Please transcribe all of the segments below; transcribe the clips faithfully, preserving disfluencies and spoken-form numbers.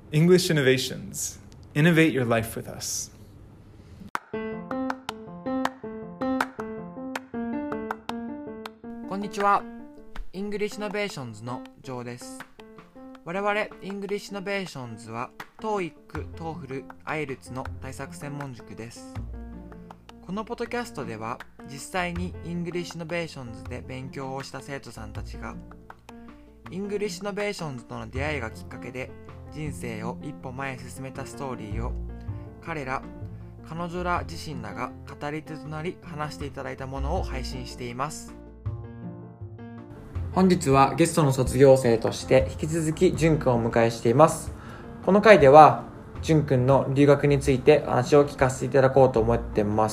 English Innovations. Innovate your life with us. こんにちは。English Innovations のジョーです。我々 English Innovations は トーイック、トーフル、アイエルツ の対策専門塾です。このポッドキャストでは実際に English Innovations で勉強をした生徒さんたちが English Innovations との出会いがきっかけで人生を一歩前へ進めたストーリーを彼ら、彼女ら自身らが語り手となり話していただいたものを配信しています。本日はゲストの卒業生として引き続きじゅんくんをお迎えしています。この回ではじゅんくんの留学について話を聞かせていただこうと思ってます。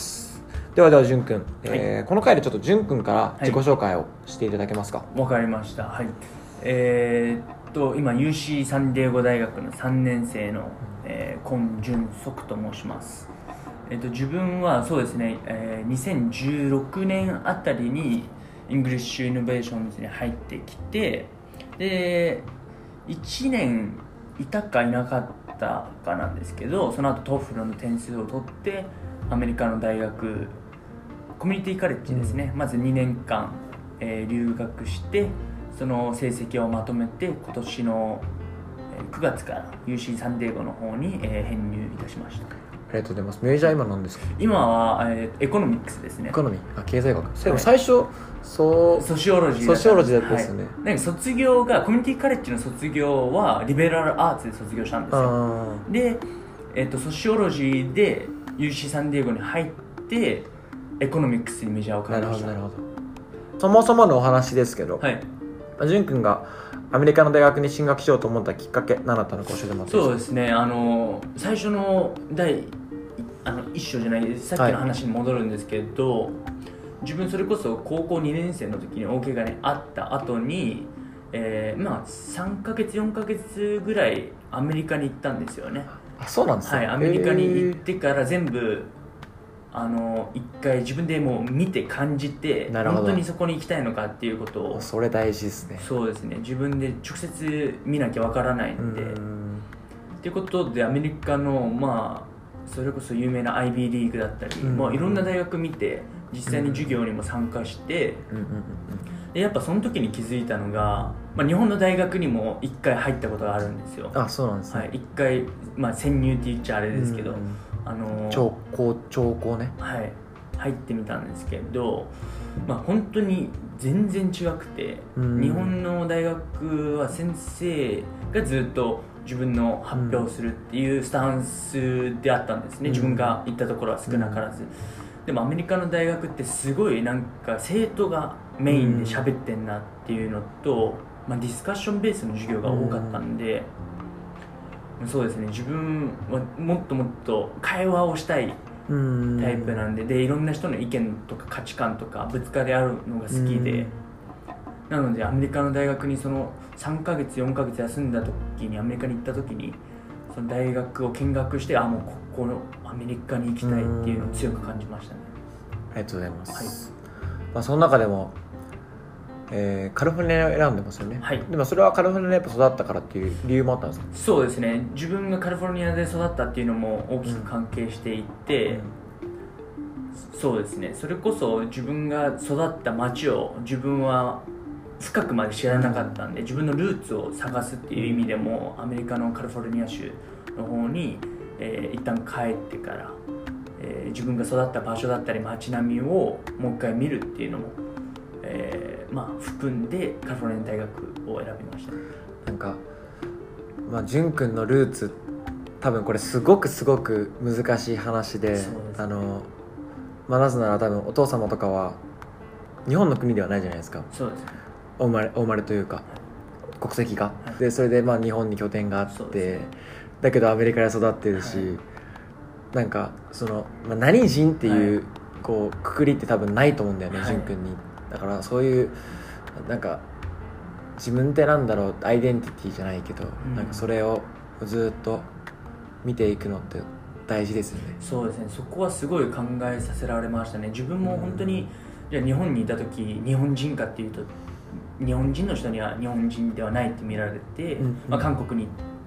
ではではじゅんくん、はいえー、この回でちょっとじゅんくんから自己紹介をしていただけますか。 わ、はい、かりました。はい。えー、っと今 ユーシー サンディエゴ大学のさんねん生の、えー、コン・ジュンソクと申します。えー、っと自分はそうですね、えー、にせんじゅうろくねんあたりにイングリッシュイノベーションズに入ってきて、でいちねんいたかいなかったかなんですけど、その後トーフルの点数を取ってアメリカの大学コミュニティカレッジですね、うん、まずにねんかん、えー、留学して、その成績をまとめて今年のくがつから ユーシー サンディエゴの方に、えー、編入いたしました。 ありがとうございます。メジャー今何ですか？ 今は、えー、エコノミックスですね。 エコノミー、あ、経済学。でも最初、はい、そうソシオロジーソシオロジーだったですよね。 はい、なんか卒業がコミュニティカレッジの卒業はリベラルアーツで卒業したんですよ。で、えーと、ソシオロジーで ユーシー サンディエゴに入ってエコノミックスにメジャーを変えました。 なるほどなるほど。そもそものお話ですけど、はい、ジュン君がアメリカの大学に進学しようと思ったきっかけ何だったのか教えてもらっていいですか？ そうですね、あの最初の第あの一章じゃないさっきの話に戻るんですけど、はい、自分それこそ高校にねん生の時に大怪我にあった後に、えー、まあさんかげつよんかげつぐらいアメリカに行ったんですよね。 あ、そうなんですか。 はい、アメリカに行ってから全部あの一回自分でもう見て感じて、本当にそこに行きたいのかっていうことを。 それ大事ですね。 そうですね、自分で直接見なきゃわからないんで、っていうことでアメリカのまあそれこそ有名な アイビー リーグだったり、うんまあ、いろんな大学見て実際に授業にも参加して、うん、でやっぱその時に気づいたのが、まあ、日本の大学にもいっかい入ったことがあるんですよ。 あ、そうなんですね。 はい、いっかい、まあ、潜入って言っちゃあれですけど、うんあのー、 聴講聴講ね、 はい、入ってみたんですけど、まあ、本当に全然違くて、うん、日本の大学は先生がずっと自分の発表するっていうスタンスであったんですね、うん、自分が行ったところは少なからず、うん、でもアメリカの大学ってすごいなんか生徒がメインで喋ってんなっていうのと、まあ、ディスカッションベースの授業が多かったんで、うん、そうですね、自分はもっともっと会話をしたいタイプなんで、でいろんな人の意見とか価値観とかぶつかり合うのが好きで、なのでアメリカの大学にそのさんかげつよんかげつ休んだ時にアメリカに行った時にその大学を見学して、あもうここのアメリカに行きたいっていうのを強く感じましたね。 ありがとうございます、はいまあ、その中でも、えー、カリフォルニアを選んでますよね、はい、でもそれはカリフォルニアで育ったからっていう理由もあったんですか？ そうですね、自分がカリフォルニアで育ったっていうのも大きく関係していて、うんうん、そうですね、それこそ自分が育った街を自分は深くまで知らなかったんで、自分のルーツを探すっていう意味でもアメリカのカリフォルニア州の方に、えー、一旦帰ってから、えー、自分が育った場所だったり街並みをもう一回見るっていうのも、えー、まあ含んでカリフォルニア大学を選びました。 なんか、まあ、淳君のルーツ多分これすごくすごく難しい話 で, で、ね、あのまあ、なぜなら多分お父様とかは日本の国ではないじゃないですか。 そうですね、 お生まれ、お生まれというか国籍が、はい、でそれでまあ日本に拠点があって、だけどアメリカで育ってるし、はい、なんかその、まあ、何人っていう、はい、こうくくりって多分ないと思うんだよね、淳君に。だからそういうなんか自分ってなんだろう、アイデンティティじゃないけど、うん、なんかそれをずっと見ていくのって大事ですよね。 そうですね、そこはすごい考えさせられましたね。自分も本当に、うん、じゃあ日本にいた時日本人かっていうと日本人の人には日本人ではないって見られて、うんうん、まあ、韓国に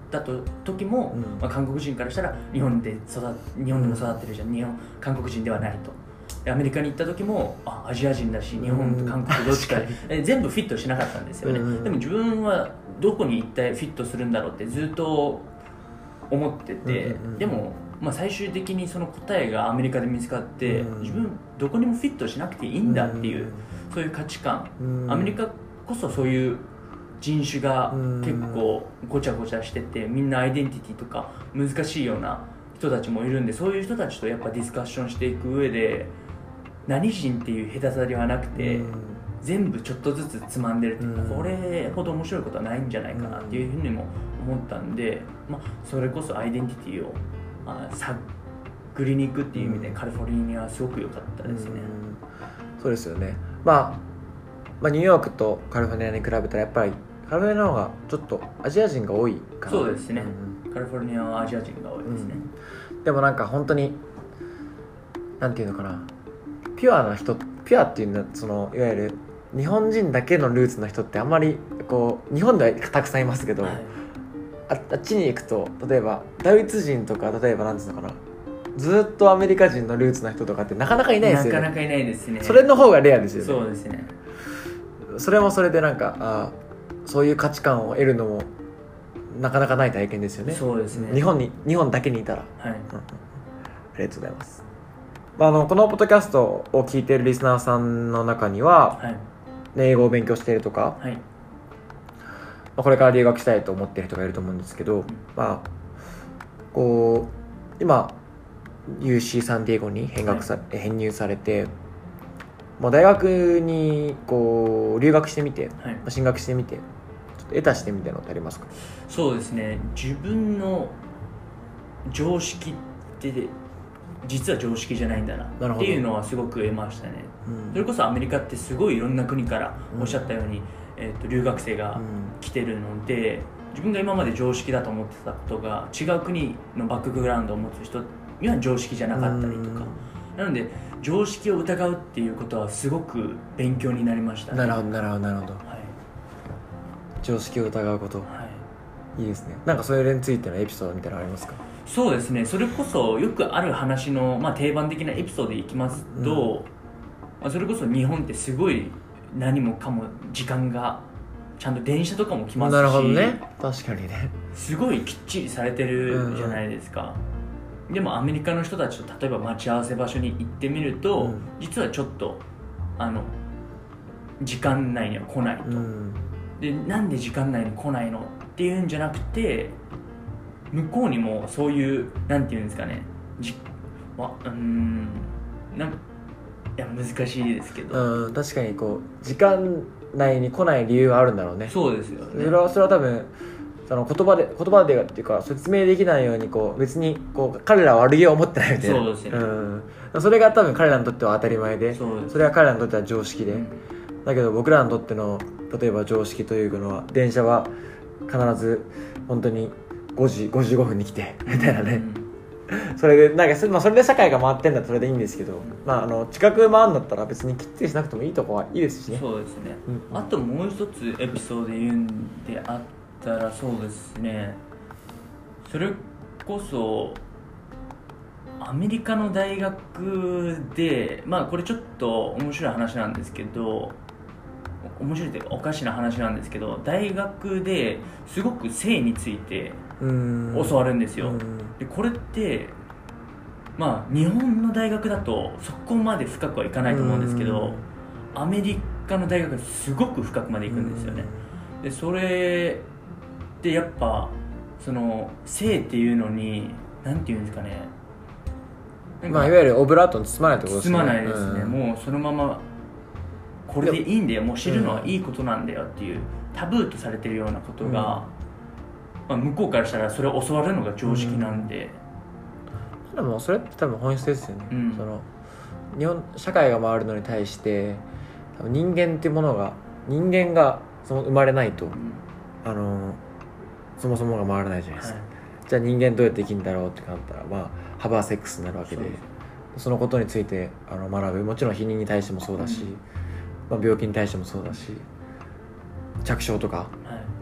たと時も、 うんまあ、韓国人からしたら日本で育日本でも育ってるじゃん、日本韓国人ではないと。でアメリカに行った時もあアジア人だし日本と韓国どっちか、え全部フィットしなかったんですよね、 うんでも自分はどこに一体フィットするんだろうってずっと思ってて、 うんうんうん、 でも、まあ、最終的にその答えがアメリカで見つかって、 うん、 自分どこにもフィットしなくていいんだっていう、うん、そういう価値観、うん、アメリカこそそういう人種が結構ごちゃごちゃしてて、みんなアイデンティティとか難しいような人たちもいるんで、そういう人たちとやっぱディスカッションしていく上で何人っていう隔たりはなくて、うん、全部ちょっとずつつまんでるって、うん、これほど面白いことはないんじゃないかなっていうふうにも思ったんで、まあ、それこそアイデンティティを、まあ、探りに行くっていう意味でカリフォルニアはすごく良かったですね、 うん、そうですよね、まあ、まあニューヨークとカリフォルニアに比べたらやっぱりカリフォルニアの方がちょっとアジア人が多いかな。 そうですね、うん、カリフォルニアはアジア人が多いですね、 うん、でもなんか本当になんていうのかな、ピュアな人、ピュアっていうのはそのいわゆる日本人だけのルーツの人ってあんまりこう日本ではたくさんいますけど、はい、あ, あっちに行くと例えばドイツ人とか例えばなんていうのかな、ずっとアメリカ人のルーツの人とかってなかなかいないですよね。 なかなかいないですね。 それの方がレアですよね。 そうですね。 それもそれでなんかあそういう価値観を得るのもなかなかない体験ですよね。 そうですね。 日本に日本だけにいたら、 はい、うん、ありがとうございます。まあ、あのこのポッドキャストを聞いているリスナーさんの中には、はい、英語を勉強しているとか、はい、まあ、これから留学したいと思っている人がいると思うんですけど、うん、まあこう今 ユーシー サンディエゴに編学さ、はい、編入されて、もう大学にこう留学してみて、はい、進学してみてちょっと得たしてみたいなのってありますか？ そうですね、自分の常識って実は常識じゃないんだなっていうのはすごく得ましたね、うん、それこそアメリカってすごいいろんな国からおっしゃったように、うん、えーと、留学生が来てるので、自分が今まで常識だと思ってたことが違う国のバックグラウンドを持つ人には常識じゃなかったりとか、うん、なので常識を疑うっていうことはすごく勉強になりましたね。 なるほどなるほどなるほど、はい、常識を疑うこと、はい、いいですね。なんかそれについてのエピソードみたいなのありますか？ そうですね、それこそよくある話の、まあ、定番的なエピソードでいきますと、うん、まあ、それこそ日本ってすごい何もかも時間がちゃんと電車とかも来ますし、 なるほどね、確かにね、 すごいきっちりされてるじゃないですか、うんうん、でもアメリカの人たちと例えば待ち合わせ場所に行ってみると、うん、実はちょっとあの時間内には来ないと、うん、でなんで時間内に来ないのっていうんじゃなくて、向こうにもそういうなんていうんですかね、じわうーんなんいや難しいですけど、 うん、確かにこう時間内に来ない理由はあるんだろうね。 そうですよね。 それはそれは多分その言葉で言葉でっていうか説明できないようにこう別にこう彼らは悪気を持ってないみたいな。 そうですね、うん、 それが多分彼らにとっては当たり前で、 そうです。 それは彼らにとっては常識で、うん、だけど僕らにとっての例えば常識というのは電車は必ず本当にごじごじゅうごふんに来てみたいなね、うん、それでなんかそれ、まあ、それで社会が回ってんだったらそれでいいんですけど、まあ、あの近く回るんだったら別にきっちりしなくてもいいとこはいいですしね。 そうですね、うん、あともう一つエピソードで言うんであったらそうですね、それこそアメリカの大学で、まあこれちょっと面白い話なんですけど、面白いというかおかしな話なんですけど、大学ですごく性について教わるんですよ。でこれってまあ日本の大学だとそこまで深くはいかないと思うんですけど、アメリカの大学はすごく深くまで行くんですよね。でそれでやっぱその性っていうのになんていうんですかね、 まあいわゆるオブラートに包まないってことですね。 包まないですね、うん、もうそのままこれでいいんだよ、もう知るのはいいことなんだよっていうタブーとされてるようなことが、うん、まあ、向こうからしたらそれを教わるのが常識なんで、 うん、でもそれって多分本質ですよね、うん、その日本社会が回るのに対して多分人間っていうものが人間がその生まれないと、うん、あのそもそもが回らないじゃないですか、はい、じゃあ人間どうやって生きるんだろうってなったら、まあ、ハバーセックスになるわけで、 そ, そのことについてあの学ぶ、もちろん避妊に対してもそうだし、うん、まあ、病気に対してもそうだし、着床とか、はい、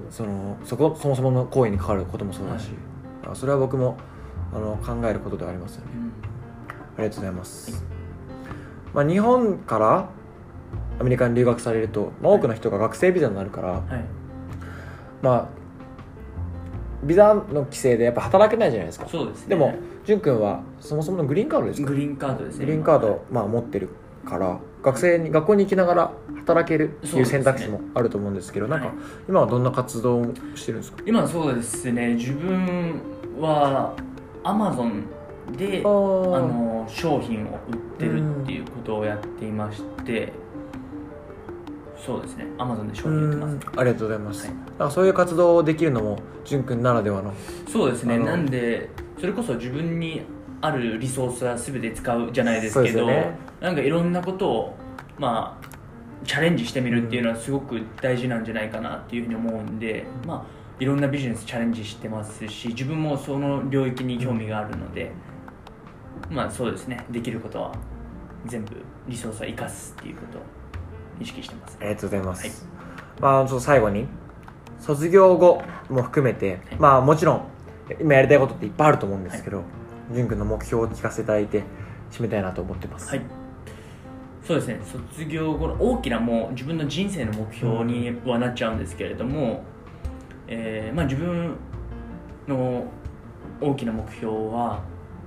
そのそこそもそもの行為に関わることもそうだし、はい、それは僕もあの考えることではありますよね、うん、ありがとうございます、はい。まあ、日本からアメリカに留学されると、まあ、多くの人が学生ビザになるから、はい、まあビザの規制でやっぱ働けないじゃないですか。 そうですね。 でも淳君はそもそものグリーンカードですか？ グリーンカードですね。 グリーンカードを、まあ、持ってるから学生に学校に行きながら働けるっていう選択肢もあると思うんですけど、なんか今はどんな活動をしてるんですか？ 今そうですね、自分はアマゾンであの商品を売ってるっていうことをやっていまして、そうですね、アマゾンで商品売ってます。 ありがとうございます、はい、だからそういう活動をできるのも淳君ならではの。 そうですね、なんでそれこそ自分にあるリソースは全て使うじゃないですけど、ね、なんかいろんなことをまあチャレンジしてみるっていうのはすごく大事なんじゃないかなっていうふうに思うんで、うん、まあいろんなビジネスチャレンジしてますし、自分もその領域に興味があるので、まあそうですね、できることは全部リソースは生かすっていうことを意識してます。 ありがとうございます、はい。まあ、ちょっと最後に卒業後も含めて、はい、まあもちろん今やりたいことっていっぱいあると思うんですけど、淳君の目標を聞かせていただいて締めたいなと思ってます。 はい、そうですね、卒業後の大きなもう自分の人生の目標にはなっちゃうんですけれども、えーまあ、自分の大きな目標は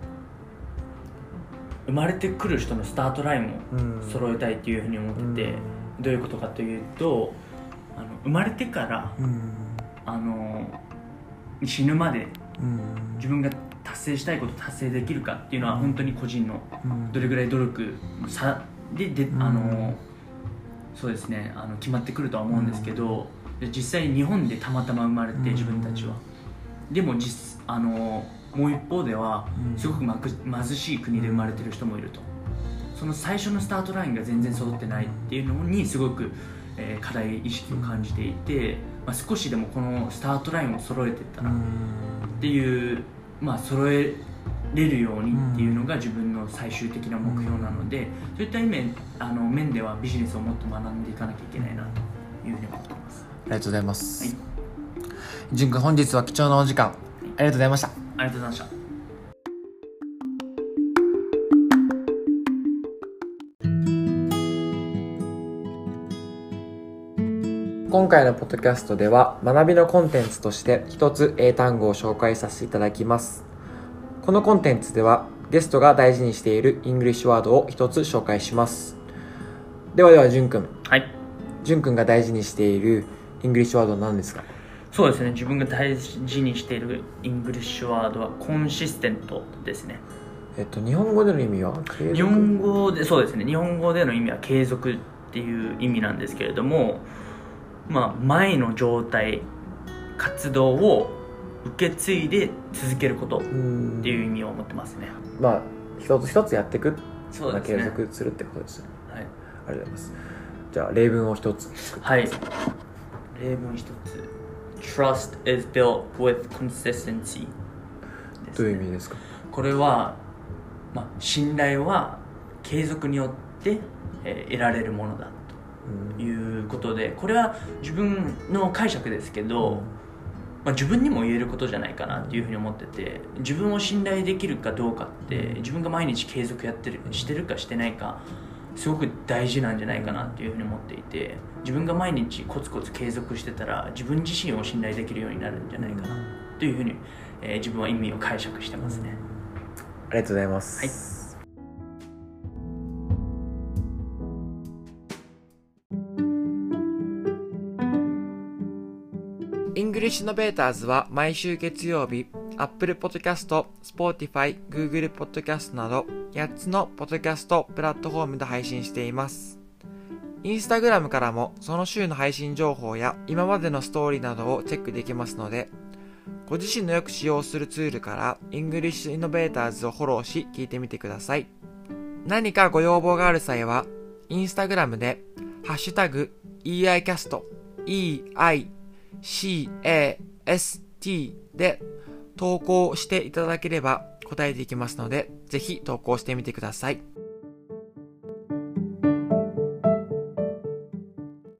生まれてくる人のスタートラインを揃えたいっていうふうに思ってて、うん、どういうことかというと、あの生まれてから、うん、あの死ぬまで、うん、自分が達成したいこと達成できるかっていうのは本当に個人のどれぐらい努力さでで、あのそうですね、あの決まってくるとは思うんですけど、実際日本でたまたま生まれて自分たちは、でも実あのもう一方ではすごく貧しい国で生まれてる人もいると、その最初のスタートラインが全然揃ってないっていうのにすごく、えー、課題意識を感じていて、まあ、少しでもこのスタートラインを揃えていったらっていう、まあ揃えれるようにっていうのが自分の最終的な目標なので、そういった意味あの面ではビジネスをもっと学んでいかなきゃいけないなというふうに思っています。 ありがとうございます、はい。淳君、本日は貴重なお時間ありがとうございました。 ありがとうございました。 今回のポッドキャストでは学びのコンテンツとして一つ英単語を紹介させていただきます。このコンテンツではゲストが大事にしているイングリッシュワードを一つ紹介します。ではでは淳君、 はい、 淳君が大事にしているイングリッシュワードは何ですか？ そうですね、自分が大事にしているイングリッシュワードはコンシステントですね。 えっと日本語での意味は継続？ 日本語でそうですね、日本語での意味は継続っていう意味なんですけれども、まあ前の状態、活動を受け継いで続けることっていう意味を持ってますね。 まあ一つ一つやっていく、 そうですね、 継続するってことですよね。 はい、ありがとうございます。じゃあ例文を一つ作ってください。 はい、例文一つ。Trust is built with consistency、ね、 どういう意味ですか？ これは、まあ、信頼は継続によって、えー、得られるものだということで、これは自分の解釈ですけど、まあ、自分にも言えることじゃないかなっていうふうに思ってて、自分を信頼できるかどうかって自分が毎日継続やってるしてるかしてないかすごく大事なんじゃないかなっていうふうに思っていて、自分が毎日コツコツ継続してたら自分自身を信頼できるようになるんじゃないかなというふうに、えー、自分は意味を解釈してますね。 ありがとうございます、 はい。 イングリッシュノベーターズは毎週月曜日、Apple Podcast、Spotify、Google Podcast などやっつのポッドキャストプラットフォームで配信しています。インスタグラムからもその週の配信情報や今までのストーリーなどをチェックできますので、ご自身のよく使用するツールからイングリッシュイノベーターズをフォローし聞いてみてください。何かご要望がある際は、インスタグラムでハッシュタグ イーアイキャスト イーアイシーエーエスティー で投稿していただければ答えていきますので、ぜひ投稿してみてください。